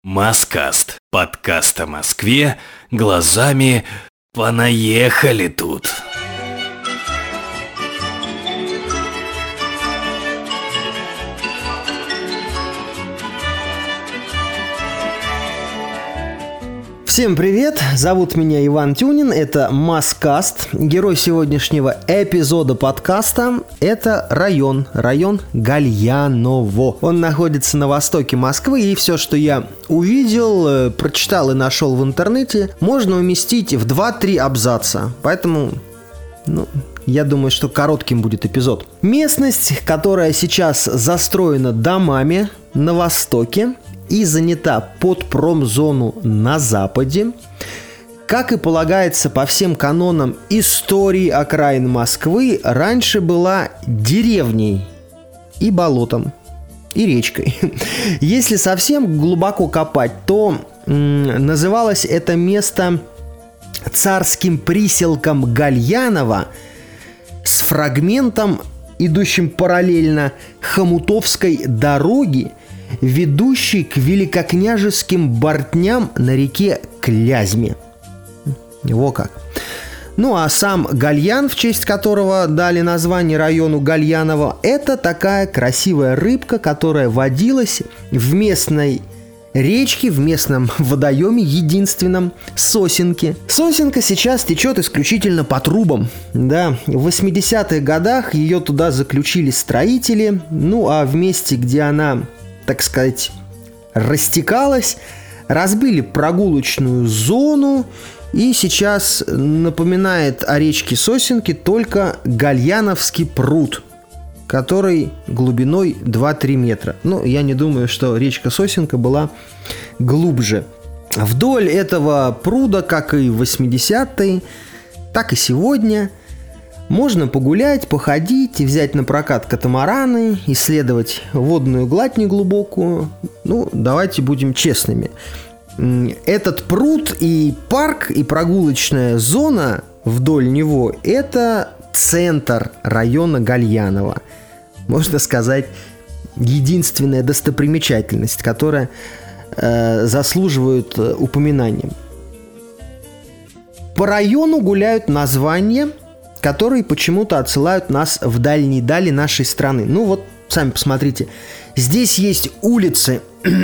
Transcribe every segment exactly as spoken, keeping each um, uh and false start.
Маскаст. Подкаст о Москве глазами понаехали тут. Всем привет, зовут меня Иван Тюнин, это Маскаст. Герой сегодняшнего эпизода подкаста – это район, район Гальяново. Он находится на востоке Москвы, и все, что я увидел, прочитал и нашел в интернете, можно уместить в два-три абзаца. Поэтому, ну, я думаю, что коротким будет эпизод. Местность, которая сейчас застроена домами на востоке и занята под промзону на западе, как и полагается по всем канонам истории окраин Москвы, раньше была деревней и болотом, и речкой. Если совсем глубоко копать, то м- называлось это место царским приселком Гальяново с фрагментом, идущим параллельно Хомутовской дороги, ведущий к великокняжеским бортням на реке Клязьме. Во как. Ну а сам Гальян, в честь которого дали название району Гальяново, это такая красивая рыбка, которая водилась в местной речке, в местном водоеме единственном Сосенке. Сосенка сейчас течет исключительно по трубам. Да, в восьмидесятых годах ее туда заключили строители, ну а в месте, где она, так сказать, растекалась, разбили прогулочную зону, и сейчас напоминает о речке Сосенке только Гальяновский пруд, который глубиной два-три метра. Ну, я не думаю, что речка Сосенка была глубже. Вдоль этого пруда, как и в восьмидесятые, так и сегодня, можно погулять, походить, взять на прокат катамараны, исследовать водную гладь неглубокую. Ну, давайте будем честными. Этот пруд и парк, и прогулочная зона вдоль него – это центр района Гальяново. Можно сказать, единственная достопримечательность, которая э, заслуживает э, упоминания. По району гуляют названия, которые почему-то отсылают нас в дальние дали нашей страны. Ну вот, сами посмотрите. Здесь есть улицы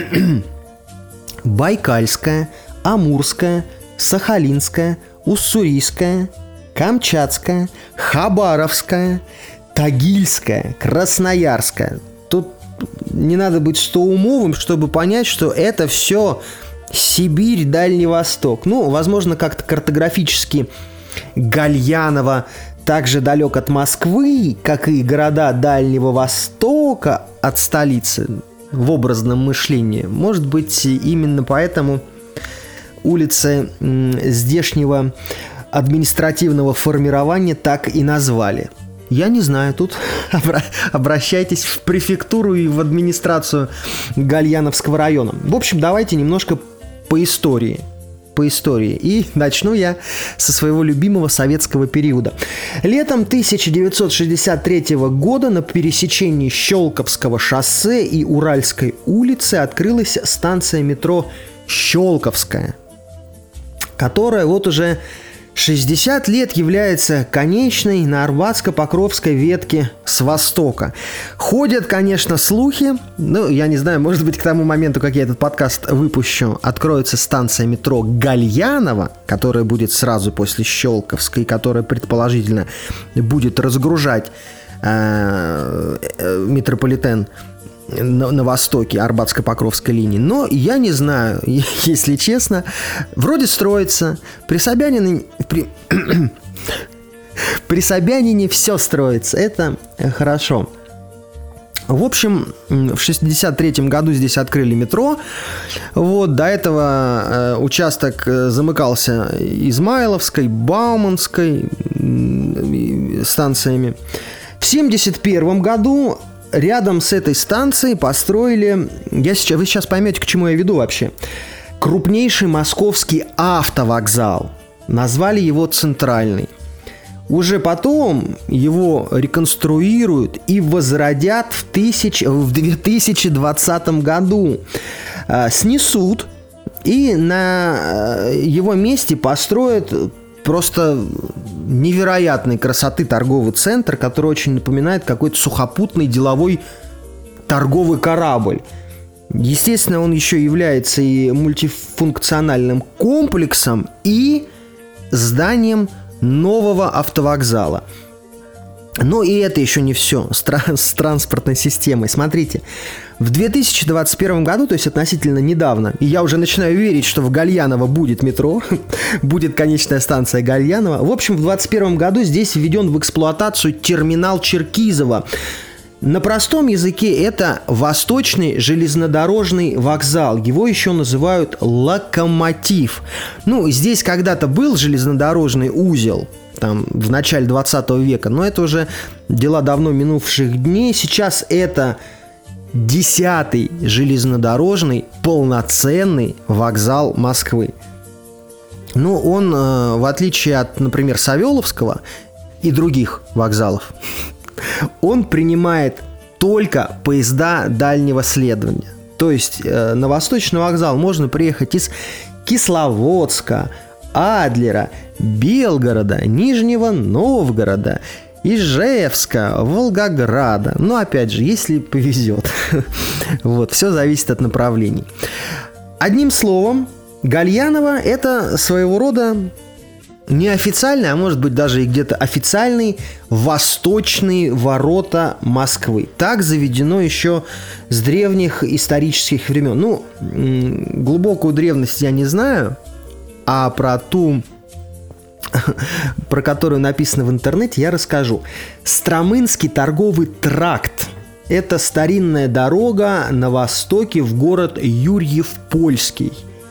Байкальская, Амурская, Сахалинская, Уссурийская, Камчатская, Хабаровская, Тагильская, Красноярская. Тут не надо быть стоумовым, чтобы понять, что это все Сибирь, Дальний Восток. Ну, возможно, как-то картографически Гальяново также далек от Москвы, как и города Дальнего Востока от столицы в образном мышлении. Может быть, именно поэтому улицы здешнего административного формирования так и назвали. Я не знаю, тут обра- обращайтесь в префектуру и в администрацию Гальяновского района. В общем, давайте немножко по истории. По истории. И начну я со своего любимого советского периода. Летом тысяча девятьсот шестьдесят третьего года на пересечении Щелковского шоссе и Уральской улицы открылась станция метро Щелковская, которая вот уже шестьдесят лет является конечной на Арбатско-Покровской ветке с востока. Ходят, конечно, слухи, ну, я не знаю, может быть, к тому моменту, как я этот подкаст выпущу, откроется станция метро Гальяново, которая будет сразу после Щелковской, которая, предположительно, будет разгружать э, э, метрополитен На, на востоке Арбатско-Покровской линии. Но я не знаю, если честно. Вроде строится. При Собянине при, при Собянине все строится. Это хорошо. В общем, в шестьдесят третьем году здесь открыли метро. Вот, до этого э, участок замыкался Измайловской, Бауманской э, станциями. В семьдесят первом году рядом с этой станцией построили, я сейчас, вы сейчас поймете, к чему я веду вообще, крупнейший московский автовокзал. Назвали его «Центральный». Уже потом его реконструируют и возродят в, тысяч... в две тысячи двадцатом году. Снесут И на его месте построят просто невероятной красоты торговый центр, который очень напоминает какой-то сухопутный деловой торговый корабль. Естественно, он еще является и мультифункциональным комплексом, и зданием нового автовокзала. Но и это еще не все с, тра- с транспортной системой. Смотрите, в две тысячи двадцать первом году, то есть относительно недавно, и я уже начинаю верить, что в Гальяново будет метро, будет конечная станция Гальяново. В общем, в двадцать первом году здесь введен в эксплуатацию терминал Черкизово. На простом языке это Восточный железнодорожный вокзал. Его еще называют Локомотив. Ну, здесь когда-то был железнодорожный узел, там, в начале двадцатого века, но это уже дела давно минувших дней. Сейчас это десятый железнодорожный полноценный вокзал Москвы. Ну, он, э, в отличие от, например, Савеловского и других вокзалов, он принимает только поезда дальнего следования. То есть э, на Восточный вокзал можно приехать из Кисловодска, Адлера, Белгорода, Нижнего Новгорода, Ижевска, Волгограда. Но опять же, если повезет. Вот, все зависит от направлений. Одним словом, Гальяново – это своего рода неофициальный, а может быть даже и где-то официальный восточные ворота Москвы. Так заведено еще с древних исторических времен. Ну, глубокую древность я не знаю, а про ту, про которую написано в интернете, я расскажу. Стромынский торговый тракт. Это старинная дорога на востоке в город Юрьев-Польский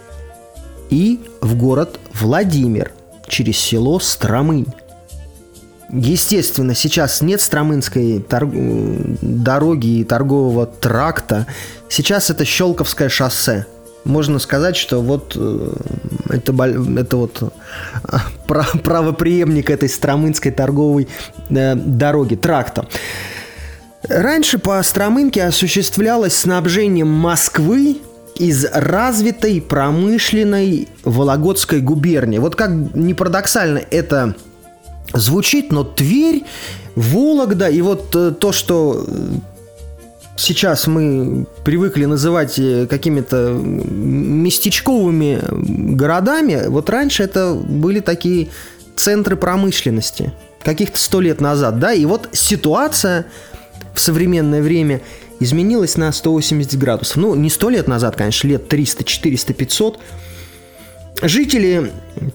и в город Владимир через село Стромынь. Естественно, сейчас нет Стромынской торг... дороги и торгового тракта. Сейчас это Щелковское шоссе. Можно сказать, что вот это, это вот правопреемник этой Стромынской торговой дороги, тракта. Раньше по Стромынке осуществлялось снабжение Москвы из развитой промышленной Вологодской губернии. Вот как ни парадоксально это звучит, но Тверь, Вологда и вот то, что сейчас мы привыкли называть какими-то местечковыми городами, вот раньше это были такие центры промышленности, каких-то сто лет назад, да, и вот ситуация в современное время изменилась на сто восемьдесят градусов. Ну, не сто лет назад, конечно, лет триста, четыреста, пятьсот. Жители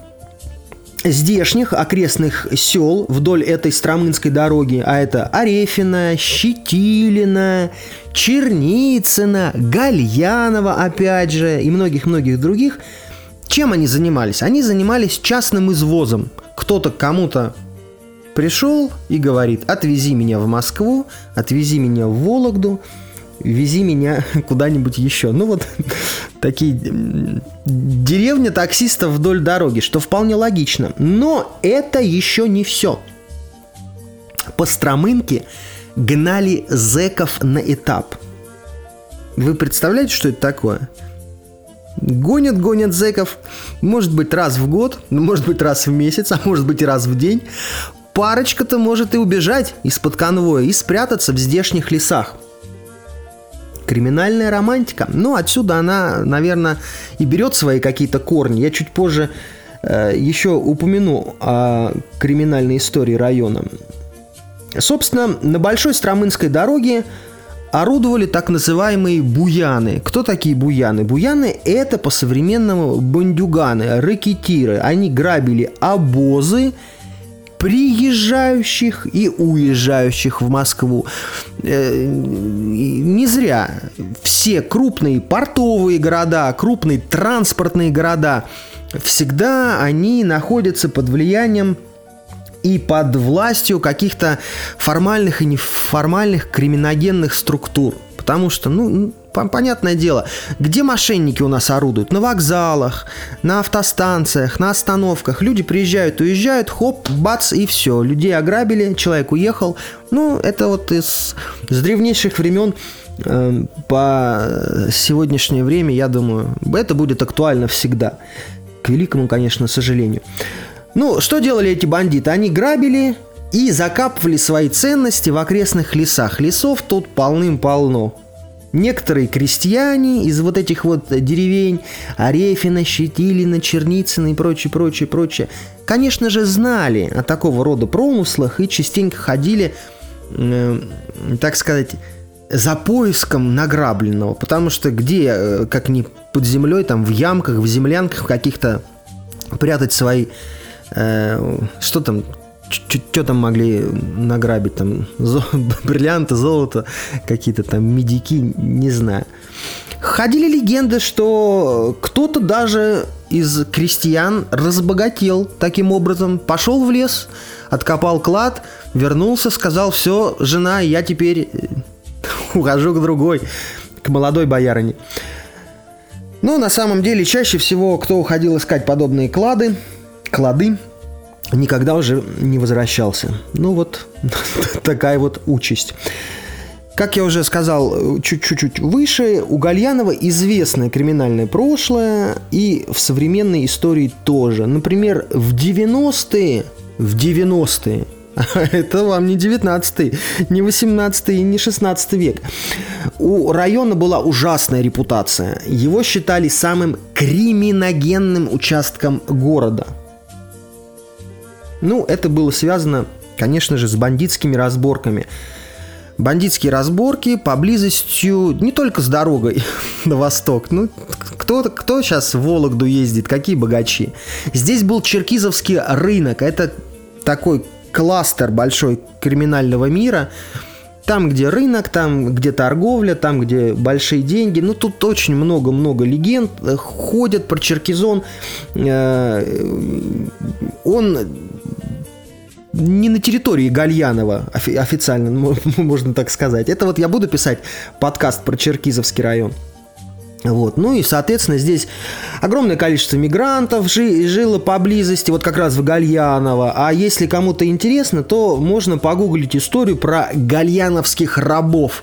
здешних окрестных сел вдоль этой Стромынской дороги, а это Арефино, Щетилино, Черницыно, Гальяново, опять же, и многих-многих других, чем они занимались? Они занимались частным извозом. Кто-то кому-то пришел и говорит: отвези меня в Москву, отвези меня в Вологду, вези меня куда-нибудь еще. Ну вот такие деревня таксистов вдоль дороги, что вполне логично. Но это еще не все. По Стромынке гнали зэков на этап. Вы представляете, что это такое? Гонят, гонят зэков, может быть, раз в год, может быть, раз в месяц, а может быть, и раз в день. Парочка-то может и убежать из-под конвоя и спрятаться в здешних лесах. Криминальная романтика. Ну, отсюда она, наверное, и берет свои какие-то корни. Я чуть позже э, еще упомяну о криминальной истории района. Собственно, на Большой Стромынской дороге орудовали так называемые буяны. Кто такие буяны? Буяны – это по-современному бандюганы, рэкетиры. Они грабили обозы приезжающих и уезжающих в Москву. Не зря все крупные портовые города, крупные транспортные города, всегда они находятся под влиянием и под властью каких-то формальных и неформальных криминогенных структур. Потому что, ну, понятное дело, где мошенники у нас орудуют? На вокзалах, на автостанциях, на остановках. Люди приезжают, уезжают, хоп, бац, и все. Людей ограбили, человек уехал. Ну, это вот из, с древнейших времен по сегодняшнее время, я думаю, это будет актуально всегда. К великому, конечно, сожалению. Ну, что делали эти бандиты? Они грабили и закапывали свои ценности в окрестных лесах. Лесов тут полным-полно. Некоторые крестьяне из вот этих вот деревень Арефина, Щетилина, Черницына и прочее, прочее, прочее, конечно же, знали о такого рода промыслах и частенько ходили, э, так сказать, за поиском награбленного. Потому что где, как ни под землей, там в ямках, в землянках каких-то прятать свои, э, что там, что там могли награбить, там зо- бриллианты, золото, какие-то там медики, не знаю. Ходили легенды, что кто-то даже из крестьян разбогател таким образом, пошел в лес, откопал клад, вернулся, сказал: все, жена, я теперь ухожу к другой, к молодой боярине. Ну, на самом деле, чаще всего, кто уходил искать подобные клады, клады, никогда уже не возвращался. Ну вот такая вот участь. Как я уже сказал чуть-чуть выше, у Гальянова известное криминальное прошлое и в современной истории тоже. Например, в девяностые, в девяностые, это вам не девятнадцатый, не восемнадцатый, не шестнадцатый век, у района была ужасная репутация. Его считали самым криминогенным участком города. Ну, это было связано, конечно же, с бандитскими разборками. Бандитские разборки поблизостью не только с дорогой на восток. Ну, кто, кто сейчас в Вологду ездит, какие богачи. Здесь был Черкизовский рынок. Это такой кластер большой криминального мира. Там, где рынок, там, где торговля, там, где большие деньги. Ну, тут очень много-много легенд ходят про Черкизон. Он не на территории Гальянова официально, можно так сказать. Это вот я буду писать подкаст про Черкизовский район. Вот. Ну и, соответственно, здесь огромное количество мигрантов жи- жило поблизости, вот как раз в Гальяново. А если кому-то интересно, то можно погуглить историю про гальяновских рабов.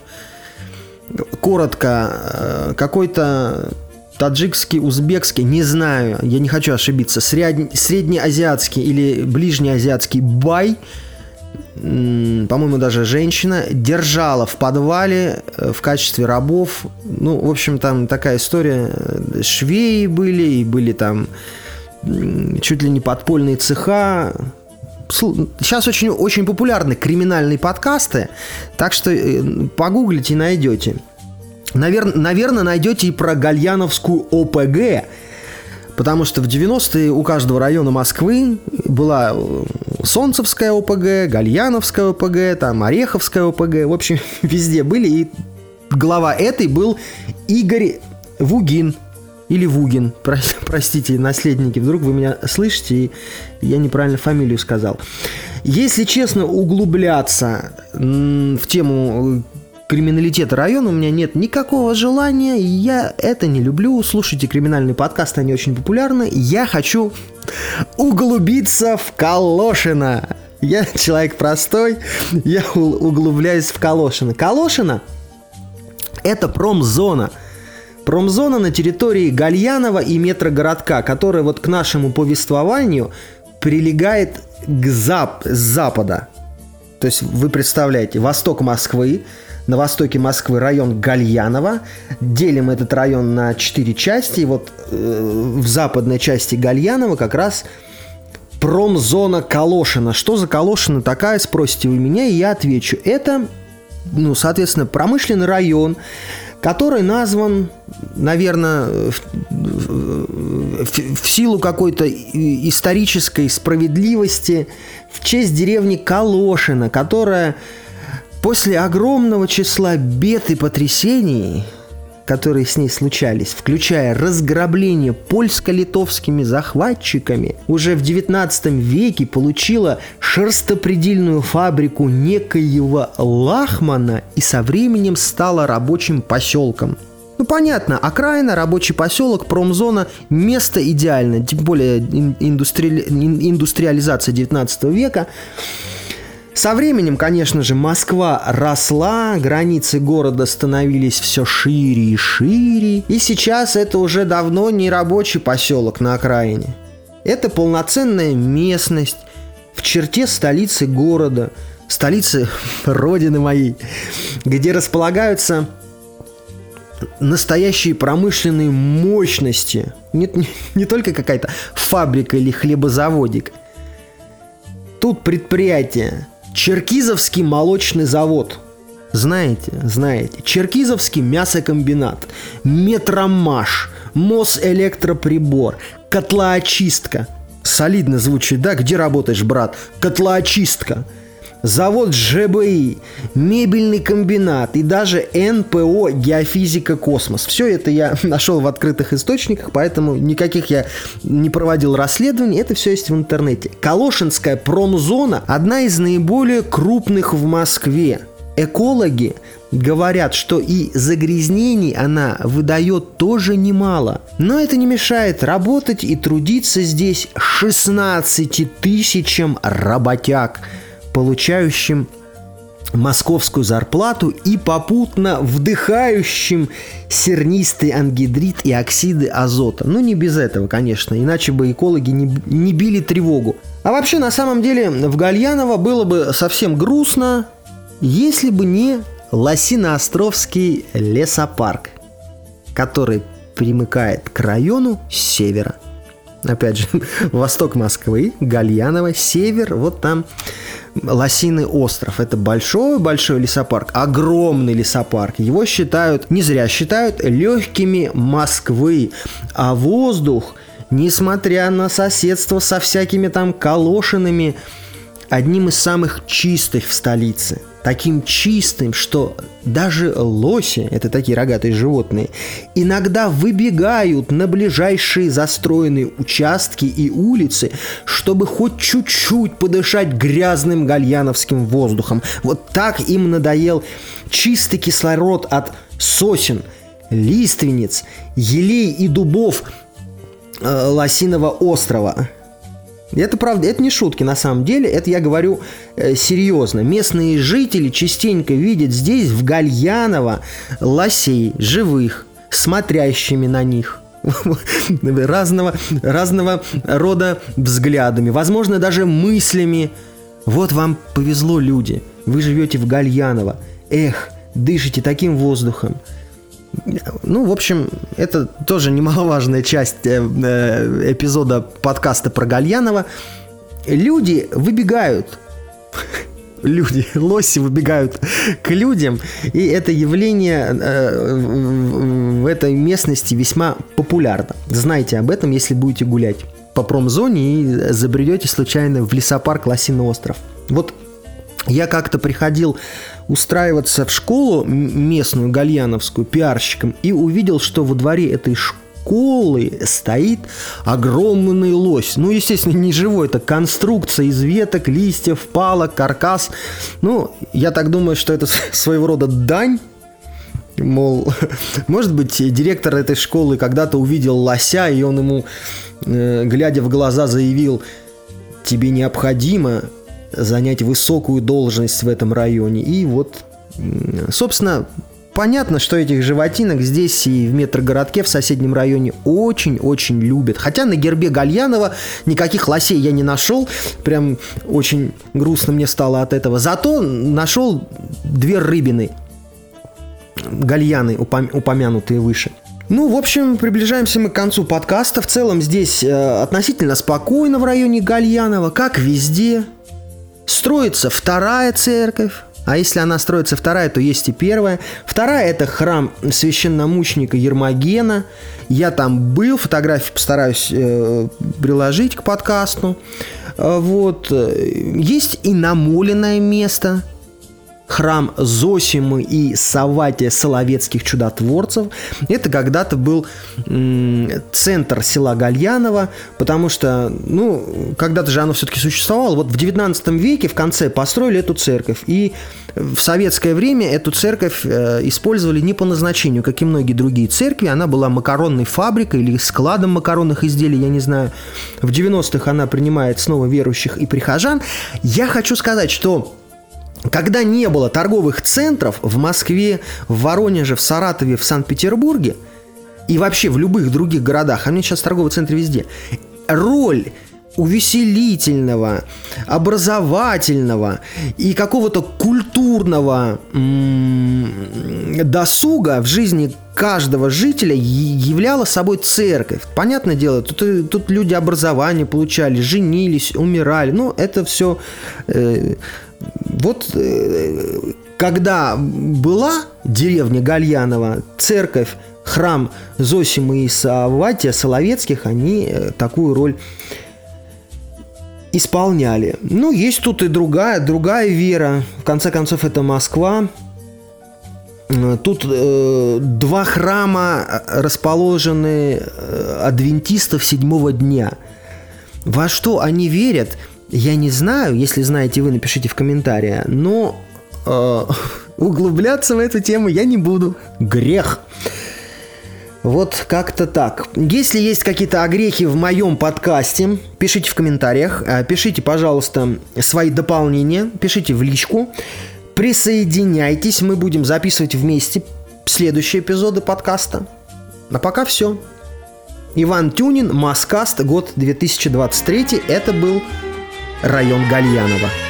Коротко, какой-то таджикский, узбекский, не знаю, я не хочу ошибиться, средне- среднеазиатский или ближнеазиатский бай, по-моему, даже женщина, держала в подвале в качестве рабов. Ну, в общем, там такая история. Швеи были, и были там чуть ли не подпольные цеха. Сейчас очень, очень популярны криминальные подкасты, так что погуглите и найдете. Навер- наверное, найдете и про Гальяновскую О П Г, потому что в девяностые у каждого района Москвы была Солнцевская О П Г, Гальяновская О П Г, там Ореховская О П Г, в общем, везде были, и глава этой был Игорь Вугин, или Вугин, про- простите, наследники, вдруг вы меня слышите, и я неправильно фамилию сказал. Если честно, углубляться м- в тему криминалитета района у меня нет никакого желания, я это не люблю. Слушайте криминальные подкасты, они очень популярны. Я хочу углубиться в Калошино. Я человек простой, я углубляюсь в Калошино. Калошино – это промзона. Промзона на территории Гальянова и метрогородка, которая вот к нашему повествованию прилегает к зап- с запада. То есть вы представляете, восток Москвы, на востоке Москвы район Гальянова. Делим этот район на четыре части. И вот э, в западной части Гальянова как раз промзона Калошино. Что за Калошино такая, спросите вы меня, и я отвечу. Это, ну, соответственно, промышленный район, который назван, наверное, в, в, в силу какой-то исторической справедливости, в честь деревни Калошино, которая после огромного числа бед и потрясений, которые с ней случались, включая разграбление польско-литовскими захватчиками, уже в девятнадцатом веке получила шерстопредельную фабрику некоего Лахмана и со временем стала рабочим поселком. Ну, понятно, окраина, рабочий поселок, промзона – место идеальное, тем более индустри... индустриализация девятнадцатого века. Со временем, конечно же, Москва росла, границы города становились все шире и шире, и сейчас это уже давно не рабочий поселок на окраине. Это полноценная местность в черте столицы города, столицы родины моей, где располагаются настоящие промышленные мощности. Нет, не, не только какая-то фабрика или хлебозаводик. Тут предприятие. Черкизовский молочный завод. Знаете, знаете. Черкизовский мясокомбинат. Метромаш. Мосэлектроприбор. Котлоочистка. Солидно звучит, да? Где работаешь, брат? Котлоочистка. Завод ЖБИ, мебельный комбинат и даже эн пэ о «Геофизика Космос». Все это я нашел в открытых источниках, поэтому никаких я не проводил расследований, это все есть в интернете. Калошинская промзона – одна из наиболее крупных в Москве. Экологи говорят, что и загрязнений она выдает тоже немало. Но это не мешает работать и трудиться здесь шестнадцати тысячам работяг, получающим московскую зарплату и попутно вдыхающим сернистый ангидрид и оксиды азота. Ну, не без этого, конечно, иначе бы экологи не, не били тревогу. А вообще, на самом деле, в Гальяново было бы совсем грустно, если бы не Лосино-Островский лесопарк, который примыкает к району с севера. Опять же, восток Москвы, Гальяново, север, вот там Лосиный остров. Это большой-большой лесопарк, огромный лесопарк. Его считают, не зря считают, легкими Москвы. А воздух, несмотря на соседство со всякими там Калошинами, одним из самых чистых в столице. Таким чистым, что даже лоси, это такие рогатые животные, иногда выбегают на ближайшие застроенные участки и улицы, чтобы хоть чуть-чуть подышать грязным гальяновским воздухом. Вот так им надоел чистый кислород от сосен, лиственниц, елей и дубов э, Лосиного острова. Это правда, это не шутки на самом деле, это я говорю э, серьезно. Местные жители частенько видят здесь, в Гальяново, лосей живых, смотрящими на них. разного, разного рода взглядами, возможно, даже мыслями. Вот вам повезло, люди, вы живете в Гальяново. Эх, дышите таким воздухом. Ну, в общем, это тоже немаловажная часть э, э, эпизода подкаста про Гальяново. Люди выбегают, люди, лоси выбегают к людям, и это явление э, в, в этой местности весьма популярно. Знайте об этом, если будете гулять по промзоне и забредете случайно в лесопарк Лосиный остров. Вот я как-то приходил устраиваться в школу местную, гальяновскую, пиарщиком, и увидел, что во дворе этой школы стоит огромный лось. Ну, естественно, не живой, это конструкция из веток, листьев, палок, каркас. Ну, я так думаю, что это своего рода дань. Мол, может быть, директор этой школы когда-то увидел лося, и он ему, э, глядя в глаза, заявил: тебе необходимо занять высокую должность в этом районе. И вот, собственно, понятно, что этих животинок здесь и в метрогородке, в соседнем районе очень-очень любят. Хотя на гербе Гальянова никаких лосей я не нашел. Прям очень грустно мне стало от этого. Зато нашел две рыбины. Гальяны, упом- упомянутые выше. Ну, в общем, приближаемся мы к концу подкаста. В целом здесь э, относительно спокойно в районе Гальянова, как везде. Строится вторая церковь, а если она строится вторая, то есть и первая. Вторая – это храм священномученика Ермогена. Я там был, фотографии постараюсь э, приложить к подкасту. Вот. Есть и намоленное место. Храм Зосимы и Савватия Соловецких чудотворцев. Это когда-то был м- центр села Гальяново, потому что, ну, когда-то же оно все-таки существовало. Вот в девятнадцатом веке в конце построили эту церковь. И в советское время эту церковь э, использовали не по назначению, как и многие другие церкви. Она была макаронной фабрикой или складом макаронных изделий, я не знаю. В девяностых она принимает снова верующих и прихожан. Я хочу сказать, что когда не было торговых центров в Москве, в Воронеже, в Саратове, в Санкт-Петербурге и вообще в любых других городах, а у меня сейчас торговые центры везде, роль увеселительного, образовательного и какого-то культурного м- досуга в жизни каждого жителя являла собой церковь. Понятное дело, тут, тут люди образование получали, женились, умирали. Ну, это все... Э, вот э, когда была деревня Гальяново, церковь, храм Зосимы и Савватия Соловецких, они э, такую роль исполняли. Ну, есть тут и другая, другая вера. В конце концов, это Москва. Тут э, два храма расположены э, адвентистов седьмого дня. Во что они верят, я не знаю. Если знаете вы, напишите в комментариях. Но э, углубляться в эту тему я не буду. Грех. Вот как-то так. Если есть какие-то огрехи в моем подкасте, пишите в комментариях. Пишите, пожалуйста, свои дополнения. Пишите в личку. Присоединяйтесь. Мы будем записывать вместе следующие эпизоды подкаста. А пока все. Иван Тюнин, Маскаст, год две тысячи двадцать третий. Это был район Гальяново.